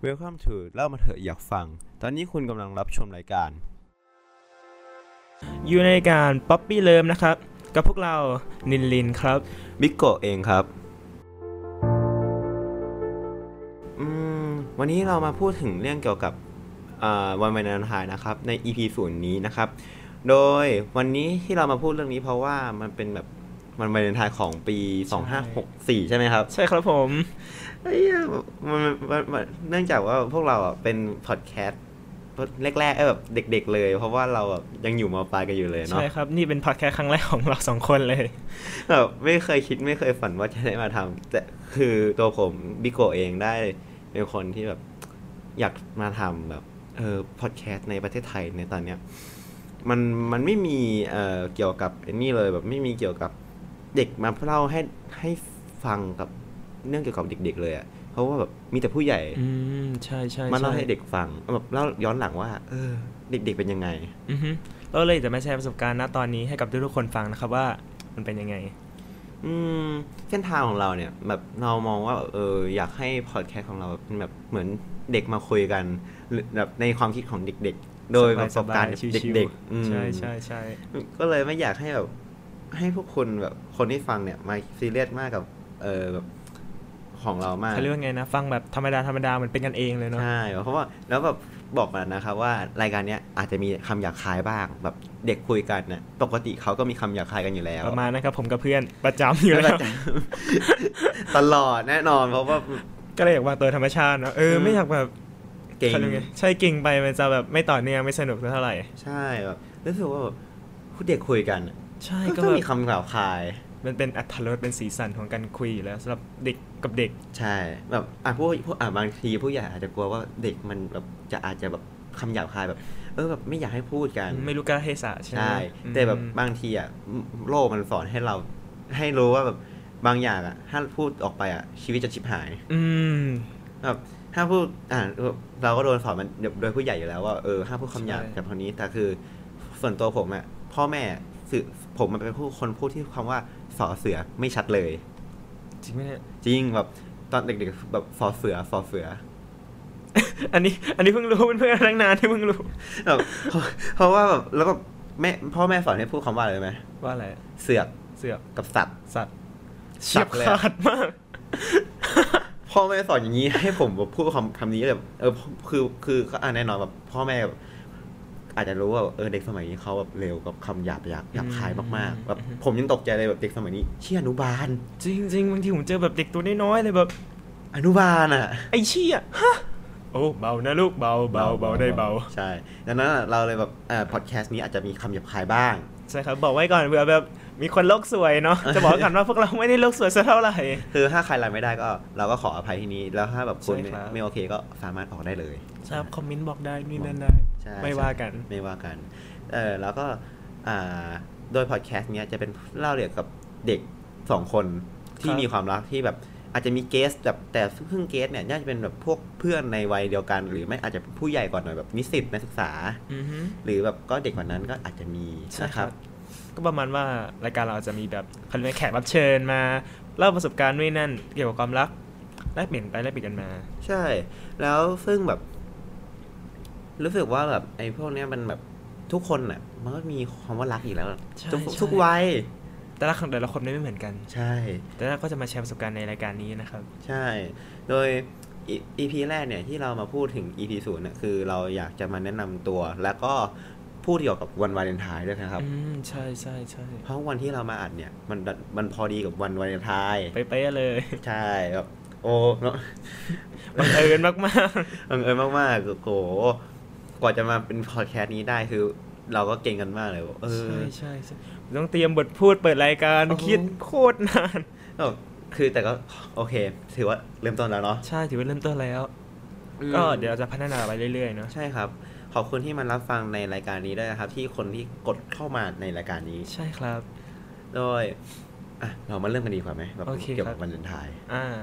Welcome to เล่ามาเถอะอยากฟังตอนนี้คุณกำลังรับชมรายการอยู่ในการป๊อปปี้เลิฟนะครับกับพวกเรานินลินครับบิ๊กโกเองครับวันนี้เรามาพูดถึงเรื่องเกี่ยวกับวันวาเลนไทน์นะครับใน EP 0นี้นะครับโดยวันนี้ที่เรามาพูดเรื่องนี้เพราะว่ามันเป็นแบบวันวาเลนไทน์ของปี2564ใช่ไหมครับใช่ครับผมมันเนื่องจากว่าพวกเราเป็นพอดแคสต์แรกๆแบบเด็กๆเลยเพราะว่าเรายังอยู่ม.ปลายกันอยู่เลยเนาะใช่ครับนี่เป็นพอดแคสต์ครั้งแรกของเรา2คนเลยแบบไม่เคยคิดไม่เคยฝันว่าจะได้มาทำแต่คือตัวผมบิโกเองได้เป็นคนที่แบบอยากมาทำแบบพอดแคสต์ในประเทศไทยในตอนเนี้ยมันไม่มีเกี่ยวกับนี่เลยแบบไม่มีเกี่ยวกับเด็กมาเล่าให้ฟังกับเรื่องเกี่ยวกับเด็กๆเลยอ่ะเพราะว่าแบบมีแต่ผู้ใหญ่ใช่ใช่มาเล่าให้เด็กฟังแบบเล่าย้อนหลังว่าเด็กๆเป็นยังไงเราเลยจะมาแชร์ประสบการณ์ณตอนนี้ให้กับทุกคนฟังนะครับว่ามันเป็นยังไงเส้นทางของเราเนี่ยแบบเรามองว่าอยากให้พอดแคสต์ของเราเป็นแบบเหมือนเด็กมาคุยกันแบบในความคิดของเด็กๆโดยประสบการณ์เด็กๆใช่ใช่ใช่ก็เลยไม่อยากให้แบบให้พวกคุณแบบคนที่ฟังเนี่ยมาซีเรียสมากกับแบบของเรามากเขาเรียกว่าไงนะฟังแบบธรรมดามันเป็นกันเองเลยเนาะใช่เพราะว่าแล้วแบบบอกมานะครับว่ารายการนี้อาจจะมีคำหยาบคายบ้างแบบเด็กคุยกันนะปกติเขาก็มีคำหยาบคายกันอยู่แล้วประมาณนะครับผมกับเพื่อนประจำอยู่แล้วตลอดแน่นอนเพราะว่าก็เลยอยากวางตัวธรรมชาติเนาะไม่อยากแบบเก่งใช่เก่งไปมันจะแบบไม่ต่อเนื่องไม่สนุกเท่าไหร่ใช่แบบรู้สึกว่าผู้เด็กคุยกันใช่ก็มีคำหยาบคายมันเป็นอรรถรสเป็นสีสันของการคุยอยู่แล้วสำหรับเด็กกับเด็กใช่แบบพวกบางทีผู้ใหญ่อาจจะกลัวว่าเด็กมันแบบอาจจะแบบคำหยาบคายแบบแบบไม่อยากให้พูดกันไม่รู้กาลเทศะใช่ไหมแต่แบบบางทีโลกมันสอนให้เราให้รู้ว่าแบบบางอย่างถ้าพูดออกไปชีวิตจะชิบหายแบบถ้าพูดเราก็โดนสอนมันโดยผู้ใหญ่อยู่แล้วว่าห้ามพูดคำหยาบแบบนี้แต่คือส่วนตัวผมพ่อแม่ผมมันเป็นคนพูดที่คำว่าสอเสือไม่ชัดเลยจริงไหมเนี่ยจริงแบบตอนเด็กๆแบบสอเสืออันนี้เพิ่งรู้เพื่อนตั้งนานที่เพิ่งรู้แบบเพราะว่าแบบแล้วแบบพ่อแม่สอนให้พูดคำว่าอะไรไหมว่าอะไรเสือกกับสัตว์เฉียบขาดมากพ่อแม่สอนอย่างนี้ให้ผมแบบพูดคำนี้แบบคือแน่นอนแบบพ่อแม่อาจจะรู้ว่าเด็กสมัยนี้เขาแบบเร็วกับคำหยาบคายมากๆแบบผมยังตกใจเลยแบบเด็กสมัยนี้เชี่ยอนุบาลจริงบางทีผมเจอแบบเด็กตัวน้อยๆเลยแบบอนุบาลไอ้เชี่ยฮะโอ้เบานะลูกเบาได้เบาใช่ดังนั้นเราเลยแบบพอดแคสต์นี้อาจจะมีคำหยาบคายบ้างใช่ครับบอกไว้ก่อนเผื่อแบบมีคนโลกสวยเนาะจะบอกกันว่าพวกเราไม่ได้โลกสวยซะเท่าไหร่คือถ้าใครรับไม่ได้ก็เราก็ขออภัยที่นี้แล้วถ้าแบบคุณไม่โอเคก็สามารถออกได้เลยใช่คอมเมนต์บอกได้นี่นั่นได้ไม่ว่ากันแล้วก็โดยพอดแคสต์นี้จะเป็นเล่าเกี่ยวกับเด็ก2คนที่มีความรักที่แบบอาจจะมีเกสแบบแต่เพิ่งเกสเนี่ยน่าจะเป็นแบบพวกเพื่อนในวัยเดียวกันหรือไม่อาจจะผู้ใหญ่ก่อนหน่อยแบบนิสิตนักศึกษาหรือแบบก็เด็กกว่านั้นก็อาจจะมีนะครับก็ประมาณว่ารายการเราจะมีแบบเขาเรียกแขกรับเชิญมาเล่าประสบการณ์นู่นนั่นเกี่ยวกับความรักแลกเปลี่ยนไปแลกเปลี่ยนกันมาใช่แล้วซึ่งแบบรู้สึกว่าแบบไอ้พวกนี้มันแบบทุกคนมันก็มีความว่ารักอีกแล้วทุกวัยแต่ละคนไม่เหมือนกันใช่แต่ละก็จะมาแชร์ประสบการณ์ในรายการนี้นะครับใช่โดย EP แรกเนี่ยที่เรามาพูดถึง EP 0เนี่ยคือเราอยากจะมาแนะนำตัวแล้วก็พูดเกี่ยวกับวันวาเลนไทน์ด้วยนะครับใช่เพราะวันที่เรามาอัดเนี่ยมันพอดีกับวันวาเลนไทน์ไปเลยใช่แบบโอ้เนาะบังเอิญมากโหกว่าจะมาเป็นพอดแคสต์นี้ได้คือเราก็เก่งกันมากเลยใช่ต้องเตรียมบทพูดเปิดรายการคิดโคตรนานคือแต่ก็โอเคถือว่าเริ่มต้นแล้วเนาะใช่ถือว่าเริ่มต้นแล้วก็เดี๋ยวเราจะพัฒนาไปเรื่อยๆเนาะใช่ครับขอบคุณที่มารับฟังในรายการนี้ด้วยนะครับที่คนที่กดเข้ามาในรายการนี้ใช่ครับโดยเรามาเริ่มกันดีกว่าไหมแบบเกี่ยวกับวันวาเลนไทน์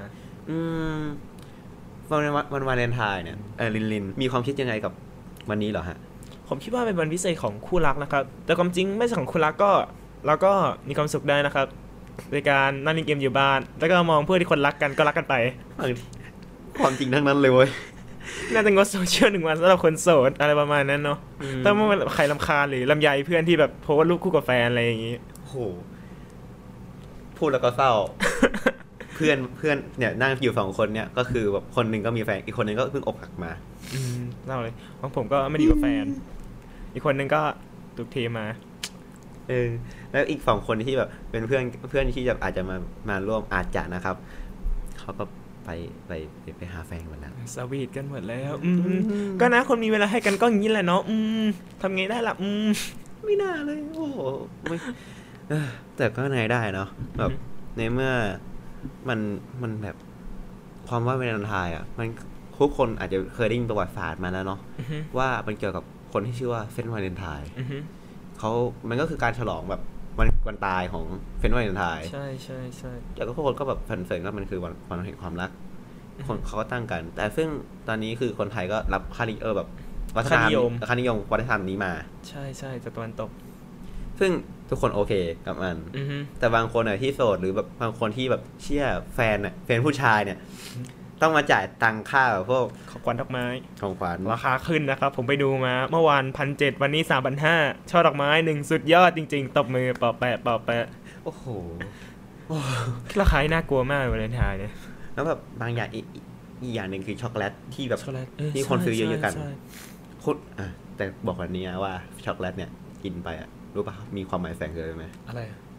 วันวาเลนไทน์เนี่ยลินมีความคิดยังไงกับวันนี้เหรอฮะผมคิดว่าเป็นวันพิเศษของคู่รักนะครับแต่ความจริงไม่ใช่ของคู่รักก็เราก็มีความสุขได้นะครับในการนั่งเล่นเกมอยู่บ้านแล้วก็มองเพื่อนที่คนรักกันก็รักกันไปความจริงทั้งนั้นเลยเว้ยน่าจะงดโซเชียล1 วันสำหรับคนโสดอะไรประมาณนั้นเนาะถ้าเมื่อใครรำคาญหรือลำไยเพื่อนที่แบบโพสต์รูปคู่กับแฟนอะไรอย่างงี้โอ้โหพูดแล้วก็เศร้า เพื่อนเนี่ยนั่งอยู่2 คนเนี่ยก็คือแบบคนนึงก็มีแฟนอีกคนนึงก็เพิ่งอกหักมาเล่าเลยของผมก็ไม่ได้อยู่กับแฟนอีกคนนึงก็ตุกเทมาแล้วอีก2 คนที่แบบเป็นเพื่อนที่แบบอาจจะมาร่วมอาจจะนะครับเขาก็ไปหาแฟนหมดแล้วสวีทกันหมดแล้วก็นะคนมีเวลาให้กันก็อย่างนี้แหละเนาะทำไงได้ล่ะไม่น่าเลยโอ้โหไม่แต่ก็ไหนได้เนาะแบบในเมื่อมันแบบความว่าเวลาไทยอ่ะมันทุกคนอาจจะเคยได้ยินประวัติศาสตร์มาแล้วเนาะว่ามันเกี่ยวกับคนที่ชื่อว่าเซนต์วาเลนไทน์มันก็คือการฉลองแบบวันตายของเซนต์วาเลนไทน์ใช่ใช่ใช่แต่ก็คนก็แบบฟันเฟิร์นว่ามันคือวันแห่งความรักคนเขาก็ตั้งกันแต่ซึ่งตอนนี้คือคนไทยก็รับค่านิยมแบบวัฒนธรรมวัฒนธรรมนี้มาใช่ใช่จากตะวันตกซึ่งทุกคนโอเคกับมันแต่บางคนที่โสดหรือแบบบางคนที่แบบเชื่อแฟนผู้ชายเนี่ยต้องมาจ่ายตังค่าแบบพวกของขวัญดอกไม้ของขวัญราคาขึ้นนะครับผมไปดูมาเมื่อวาน 1,700 วันนี้ 3,500 ช่อดอกไม้1สุดยอดจริงๆตบมือเป่าแปะโอ้โหราคาน่ากลัวมากวาเลนไทน์เนี่ยแล้วแบบบางอย่างอีกอย่างนึงคือช็อกโกแลตที่แบบที่คนซื้อเยอะๆกันคุณแต่บอกวันนี้ว่าช็อกโกแลตเนี่ยกินไปรู้ป่ะมีความหมายแฝงเลยไหมอะไร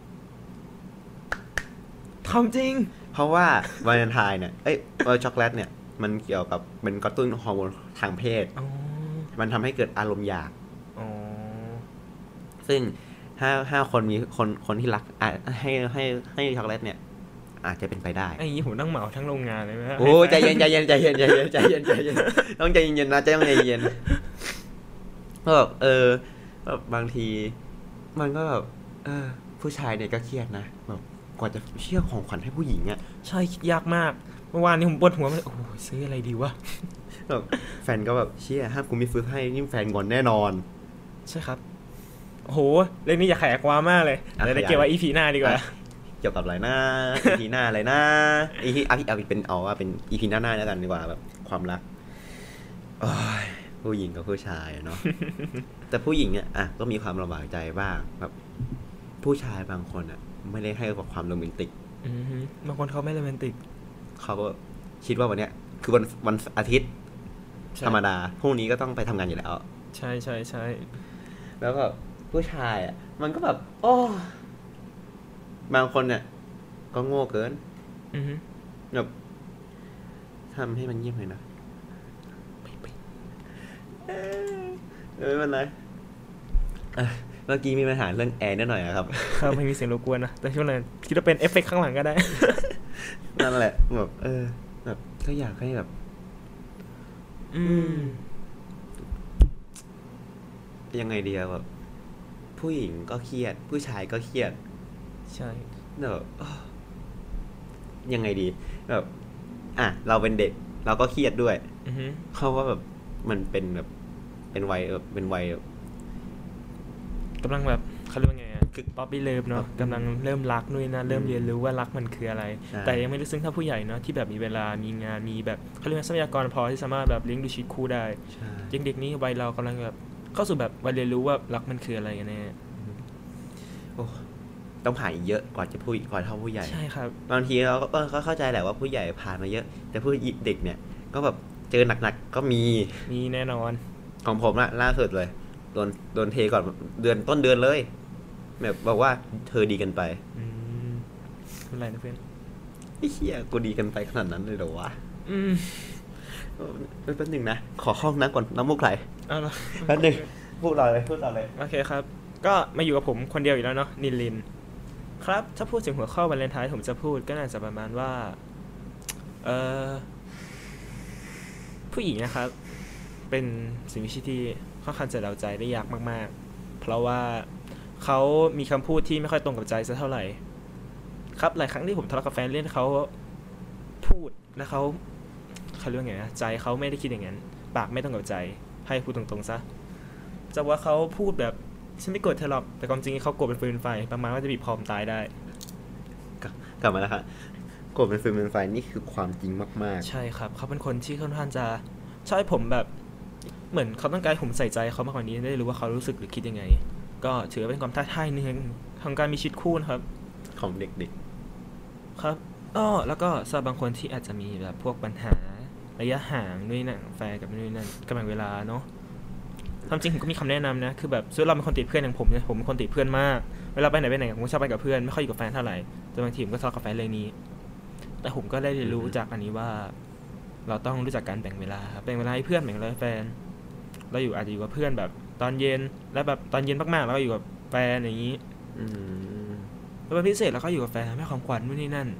ทำจริงเพราะว่าวาเลนไทน์เนี่ยช็อกโกแลตเนี่ยมันเกี่ยวกับเป็นกระตุ้นฮอร์โมนทางเพศมันทำให้เกิดอารมณ์อยากซึ่งถ้าคนมีคนที่รักให้ช็อกโกแลตเนี่ยอาจจะเป็นไปได้ไอ้ยี่ผมต้องเหมาทั้งโรงงานเลยไหมโอ้ใจเย็นต้องใจเย็นนะต้องใจเย็นก็แบบแบบบางทีมันก็แบบผู้ชายเนี่ยก็เครียดนะแบบกว่าจะเชื่อของขวัญให้ผู้หญิงอ่ะใช่ยากมากเมื่อวานนี้ผมปวดหัวเลยโอ้ซื้ออะไรดีวะแบบแฟนก็แบบเชื่อห้ามกูไม่ซื้อให้นี่แฟนงอนแน่นอนใช่ครับโอ้โหเรื่องนี้อยากขยายความมากเลยเดี๋ยวเก็บไว้ EP หน้าดีกว่าเกี่ยวกับอะไรนะ EP หน้าอะไรนะEP เป็นว่าเป็น EP หน้าแล้วกันดีกว่าแบบความรักผู้หญิงกับผู้ชายเนาะ แต่ผู้หญิงเนี่ยก็มีความลำบากใจบ้างแบบผู้ชายบางคนไม่ได้ให้กับความโรแมนติกบางคนเขาไม่โรแมนติกเขาก็คิดว่าวันเนี้ยคือวันอาทิตย์ธรรมดาพรุ่งนี้ก็ต้องไปทำงานอยู่แล้วใช่ใช่ใช่แล้วก็ผู้ชายมันก็แบบบางคนเนี่ยก็โง่เกินแบบทำให้มันเงียบเลยนะไม่เป็นไรเมื่อกี้มีปัญหาเรื่องแอร์นิดหน่อยครับไม่มีเสียงรบกวนนะแต่ช่วงนั้นคิดว่าเป็นเอฟเฟกต์ข้างหลังก็ได้นั่นแหละแบบแบบก็อยากให้แบบยังไงดีแบบผู้หญิงก็เครียดผู้ชายก็เครียดใช่แบบยังไงดีแบบเราเป็นเด็กเราก็เครียดด้วยเพราะว่าแบบมันเป็นแบบเป็นวัยกำลังแบบเขาเรียกว่าไงคือป๊อปปี้เลิฟเนาะกำลังเริ่มรักด้วยนะเริ่มเรียนรู้ว่ารักมันคืออะไรแต่ยังไม่รู้ซึ่งถ้าผู้ใหญ่เนาะที่แบบมีเวลามีงานมีแบบเขาเรียกว่าทรัพยากรพอที่สามารถแบบเลี้ยงดูชีวิตคู่ได้ยังเด็กนี้วัยเรากำลังแบบเข้าสู่แบบวัยเรียนรู้ว่ารักมันคืออะไรกันแน่ต้องผ่านอีกเยอะกว่าจะพูดก่อนเท่าผู้ใหญ่ใช่ครับบางทีเราก็เข้าใจแหละว่าผู้ใหญ่ผ่านมาเยอะแต่ผู้เด็กเนี่ยก็แบบเจอหนักๆก็มีแน่นอนของผมล่าสุดเลยโดนเทก่อนต้นเดือนเลยแบบบอกว่าเธอดีกันไปอะไรนะเพื่อนไอ้เหี้ยกูดีกันไปขนาดนั้นเลยเหรอวะแป๊บนึงนะขอเข้าห้องน้ำก่อนน้ำมูกไหลแป๊บนึงพูดต่อเลยโอเคครับก็มาอยู่กับผมคนเดียวอีกแล้วเนาะนิลินครับถ้าพูดถึงหัวข้อวาเลนไทน์ผมจะพูดก็น่าจะประมาณว่าผู้หญิงนะครับเป็นสิ่งมีชีวิตที่ค่อนข้างจะเดาใจได้ยากมากๆเพราะว่าเขามีคำพูดที่ไม่ค่อยตรงกับใจสักเท่าไหร่ครับหลายครั้งที่ผมทะเลาะกับแฟนเรื่องเขาพูดแล้วเขาเรียกว่าไงนะใจเขาไม่ได้คิดอย่างนั้นปากไม่ตรงกับใจให้พูดตรงๆซะจะว่าเขาพูดแบบฉันไม่โกรธเธอหรอกแต่ความจริงเขาโกรธเป็นฟืนไฟประมาณว่าจะบีบคอมตายได้กลับมาแล้วครับโกรธเป็นฟืนเป็นไฟนี่คือความจริงมากๆใช่ครับเขาเป็นคนที่ค่อนข้างจะใช่ผมแบบเหมือนเขาต้องการผมใส่ใจเขามากกว่านี้ได้รู้ว่าเขารู้สึกหรือคิดยังไงก็ถือว่าเป็นความท้าทายหนึ่งของการมีชีวิตคู่นะครับของเด็กครับแล้วก็สำหรับบางคนที่อาจจะมีแบบพวกปัญหาระยะห่างด้วยนะแฟนกับนู่นนั่นกับแบ่งเวลาเนาะความจริงผมก็มีคำแนะนำนะคือแบบส่วนเราเป็นคนติดเพื่อนอย่างผมเนี่ยผมเป็นคนติดเพื่อนมากเวลาไปไหนผมชอบไปกับเพื่อนไม่ค่อยอยู่กับแฟนเท่าไหร่แต่บางทีผมก็ทะเลาะกับแฟนเรื่องนี้แต่ผมก็ได้เรียนรู้จากอันนี้ว่าเราต้องรู้จักการแบ่งเวลาแบ่งเวลาให้เพื่อนแบ่งเวลาให้แฟนเราอยู่อาจจะอยู่กับเพื่อนแบบตอนเย็นแล้วแบบตอนเย็นมากๆแล้วก็อยู่กับแฟนอย่างนี้แล้ววันพิเศษแล้วก็อยู่กับแฟนให้ของขวัญนู่นนี่นั่น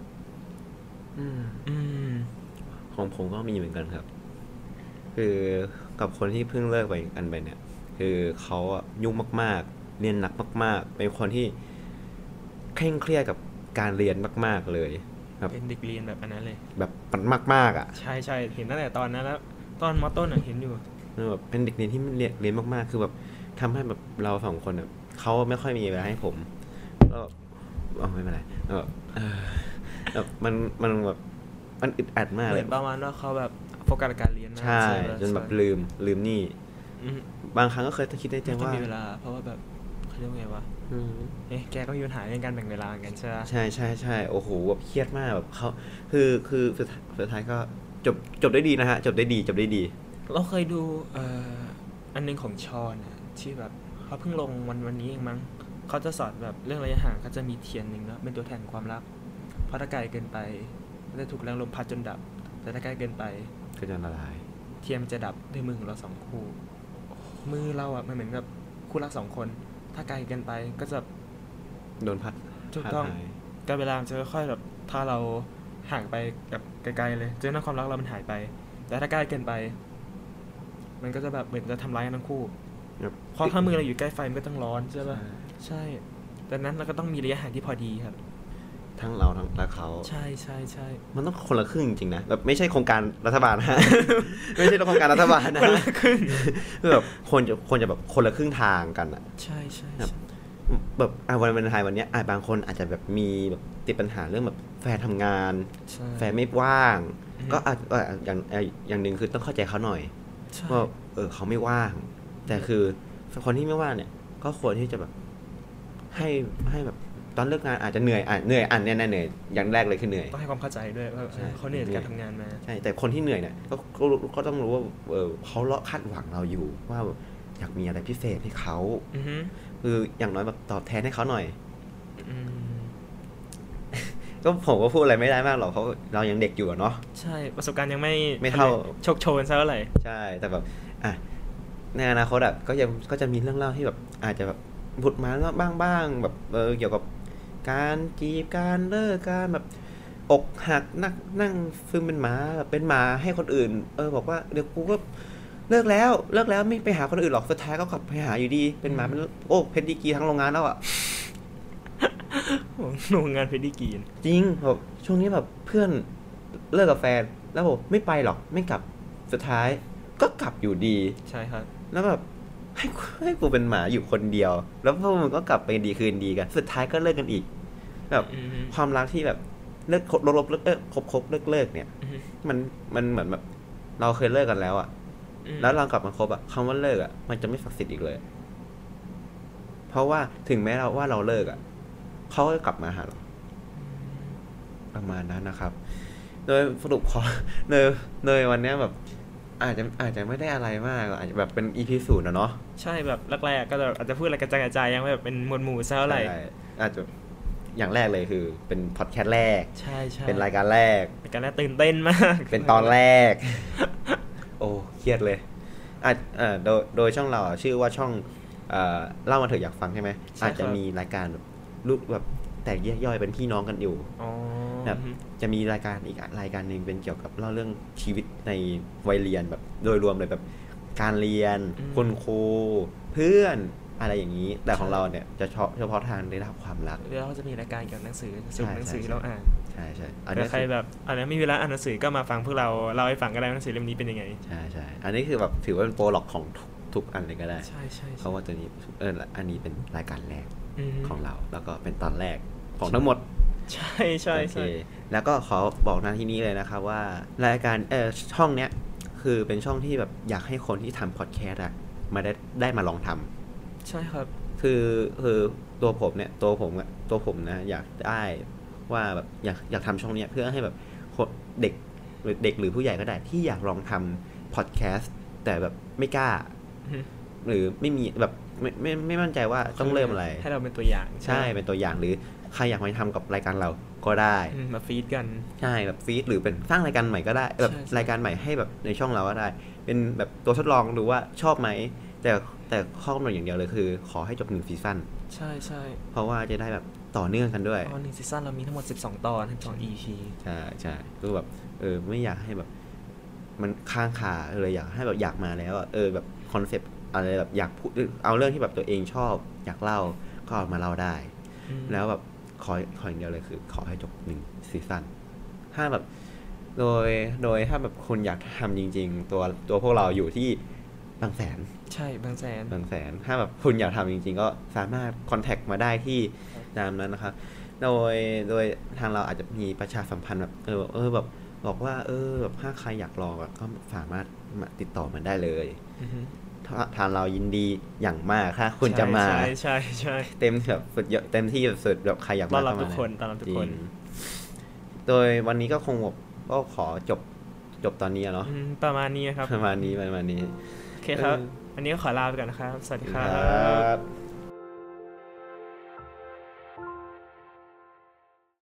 ของผมก็มีเหมือนกันครับคือกับคนที่เพิ่งเลิกไปกันไปเนี่ยคือเขายุ่งมากๆเรียนหนักมากๆเป็นคนที่เคร่งเครียดกับการเรียนมากๆเลยแบบเป็นเด็กเรียนแบบอันนั้นเลยแบบมันมากๆอ่ะใช่ๆเห็นตั้งแต่ตอนนั้นแล้วตอนม.ต้นเห็นอยู่แบบเป็นเด็กเรียนที่เรียนมากๆคือแบบทำให้แบบเราสองคนแบบเขาไม่ค่อยมีเวลาให้ผมแล้วไม่เป็นไรแบบมันแบบมันอึดอัดมากเลยประมาณว่าเขาแบบโฟกัสกับการเรียนมากใช่จนแบบลืมนี่บางครั้งก็เคยคิดได้ใจว่ามีเวลาเพราะว่าแบบเขาเรียกว่าไงวะแกก็มีปัญหาในการแบ่งเวลากันใช่ไหมใช่โอ้โหแบบเครียดมากแบบเขาคือสุดท้ายก็จบได้ดีนะฮะจบได้ดีเราเคยดูอันนึงของชอนที่แบบเขาเพิ่งลงวันนี้เองมั้งเขาจะสอนแบบเรื่องระยะห่างก็จะมีเทียนนึงเนาะเป็นตัวแทนความรักเพราะถ้าไกลเกินไปจะถูกแรงลมพัดจนดับแต่ถ้าใกล้เกินไปก็จะละลายเทียนมันจะดับด้วยมือของเราสองคู่มือเรามันเหมือนกับคู่รักสองคนถ้าไกลเกินไปก็จะโดนพัดถูกต้องการเวลาจะค่อยๆแบบถ้าเราห่างไปแบบไกลๆเลยจนนั้นความรักเรามันหายไปแต่ถ้าใกล้เกินไปมันก็จะแบบเหมือนจะทำร้ายกันทั้งคู่เพราะถ้ามือเราอยู่ใกล้ไฟมันก็ต้องร้อนใช่ป่ะใช่ดังนั้นเราก็ต้องมีระยะห่างที่พอดีครับทั้งเราทั้งและเขาใช่มันต้องคนละครึ่งจริงๆนะแบบไม่ใช่โครงการรัฐบาลนะไม่ใช่โครงการรัฐบาลนะคนละครึ่งคือแบบคนจะแบบคนละครึ่งทางกันอ่ะใช่แบบวันไทยวันนี้บางคนอาจจะแบบมีแบบติดปัญหาเรื่องแบบแฟนทำงานแฟนไม่ว่างก็อย่างหนึ่งคือต้องเข้าใจเขาหน่อยว่าเขาไม่ว่างแต่คือคนที่ไม่ว่างเนี่ยก็ควรที่จะแบบให้แบบตอนเลิกงานอาจจะเหนื่อยเนี่ยเหนื่อยอย่างแรกเลยคือเหนื่อยต้องให้ความเข้าใจด้วยว่าเขาเหนื่อยจากการทำงานมาใช่แต่คนที่เหนื่อยเนี่ยก็ต้องรู้ว่าเขาคาดหวังเราอยู่ว่าอยากมีอะไรพิเศษให้เขาคืออย่างน้อยแบบตอบแทนให้เขาหน่อยก็ผมก็พูดอะไรไม่ได้มากหรอกเพราะเรายังเด็กอยู่เนาะใช่ประสบการณ์ยังไม่เท่าโชคโชนซะเท่าไหร่ใช่แต่แบบในอนาคตก็จะมีเรื่องเล่าที่แบบอาจจะแบบผุดมาบ้างแบบเกี่ยวกับการจีบการเลิกการแบบอกหักนั่งซึมเป็นหมาแบบเป็นหมาให้คนอื่นบอกว่าเดี๋ยวกูก็เลิกแล้วไม่ไปหาคนอื่นหรอกสุดท้ายก็กลับไปหาอยู่ดีเป็นหมาเป็นเพชรดีกีทั้งโรงงานแล้วอ่ะโรงงานเพชรดีกีจริงแบบช่วงนี้แบบเพื่อนเลิกกับแฟนแล้วบอกไม่ไปหรอกไม่กลับสุดท้ายก็กลับอยู่ดีใช่ครับแล้วแบบให้กูเป็นหมาอยู่คนเดียวแล้วพวกมึงก็กลับไปดีคืนดีกันสุดท้ายก็เลิกกันอีกแบบความรักที่แบบเลิกลบคบเลิกเนี่ยมันเหมือนแบบเราเคยเลิกกันแล้วอ่ะแล้วเรากลับมาคบอ่ะคำว่าเลิกอ่ะมันจะไม่ศักดิ์สิทธิ์อีกเลยเพราะว่าถึงแม้เราเลิกอ่ะเขาก็กลับมาหาเราประมาณนั้นนะครับโดยสรุปเนยวันนี้แบบอาจจะไม่ได้อะไรมากอาจจะแบบเป็น EP 0นะเนาะใช่แบบแรกๆก็อาจจะพูดอะไรกระจายยังไม่แบบเป็นหมวดหมู่ซะเท่าไหร่อาจจะอย่างแรกเลยคือเป็นพอดแคสต์แรกใช่เป็นรายการแรกตื่นเต้นมากเป็นตอนแรกโอ้เครียดเลยโดยช่องเราชื่อว่าช่องเล่ามาเถอะอยากฟังใช่ไหมอาจจะมีรายการรูปแบบแตกแยกย่อยเป็นพี่น้องกันอยู่แบบจะมีรายการอีกรายการนึงเป็นเกี่ยวกับเล่าเรื่องชีวิตในวัยเรียนแบบโดยรวมเลยแบบการเรียนคุณครูเพื่อนอะไรอย่างนี้แต่ของเราเนี่ยจะเฉพาะทางในด้านความรักแล้วเราจะมีรายการเกี่ยวกับหนังสือสุ่มหนังสือเราอ่านใช่อันนี้ใครแบบอันนี้ไม่มีเวลาอ่านหนังสือก็มาฟังพวกเราเล่าให้ฟังก็ได้หนังสือเล่มนี้เป็นยังไงใช่อันนี้คือแบบถือว่าเป็นโปรล็อกของทุกอันเลยก็ได้ใช่เพราะว่าตัวนี้อันนี้เป็นรายการแรกของเราแล้วก็เป็นตอนแรกของทั้งหมดใช่แล้วก็ขอบอกหน้าที่นี้เลยนะครับว่ารายการช่องเนี้ยคคือเป็นช่องที่แบบอยากให้คนที่ทำพอดแคสต์อะมาได้มาลองทำใช่ครับคือตัวผมเนี่ยตัวผมนะอยากได้ว่าแบบอยากทำช่องเนี้ยเพื่อให้แบบเด็กหรือผู้ใหญ่ก็ได้ที่อยากลองทำพอดแคสต์แต่แบบไม่กล้า หรือไม่มีแบบไม่มั่นใจว่าต้องเริ่มอะไรให้เราเป็นตัวอย่างใช่เป็นตัวอย่างหรือใครอยากมาทำกับรายการเราก็ได้มาฟีดกันใช่แบบฟีดหรือเป็นสร้างรายการใหม่ก็ได้แบบรายการใหม่ให้แบบในช่องเราก็ได้เป็นแบบตัวทดลองดูว่าชอบไหมแต่ข้อกำหนดอย่างเดียวเลยคือขอให้จบ1ซีซั่นใช่เพราะว่าจะได้แบบต่อเนื่องกันด้วยอ๋อ1ซีซั่นเรามีทั้งหมด12 ตอน12 EP ใช่คือแบบไม่อยากให้แบบมันค้างคาเลยอยากให้แบบอยากมาแล้วแบบคอนเซปต์อะไรแบบอยากพูดเอาเรื่องที่แบบตัวเองชอบอยากเล่าก็เอามาเล่าได้แล้วแบบขออย่างเดียวเลยคือขอให้จบ1ซีซั่นถ้าแบบโดยถ้าแบบคุณอยากทำจริงๆตัวพวกเราอยู่ที่บางแสนใช่บางแสนถ้าแบบคุณอยากทำจริงๆก็สามารถคอนแทคมาได้ที่ตามนั้นนะครับโดยทางเราอาจจะมีประชาสัมพันธ์แบบแบบบอกว่าแบบถ้าใครอยากลองก็สามารถมาติดต่อมาได้เลยทางเรายินดีอย่างมากถ้าคุณจะมาใช่เต็มแบบสุดเต็มที่สุดแบบใครอยากมาต้อนรับทุกคนโดยวันนี้ก็คงก็ขอจบตอนนี้เนาะประมาณนี้ครับประมาณนี้โอเคครับอันนี้ก็ขอลาไปก่อนนะครับสวัสดีครับ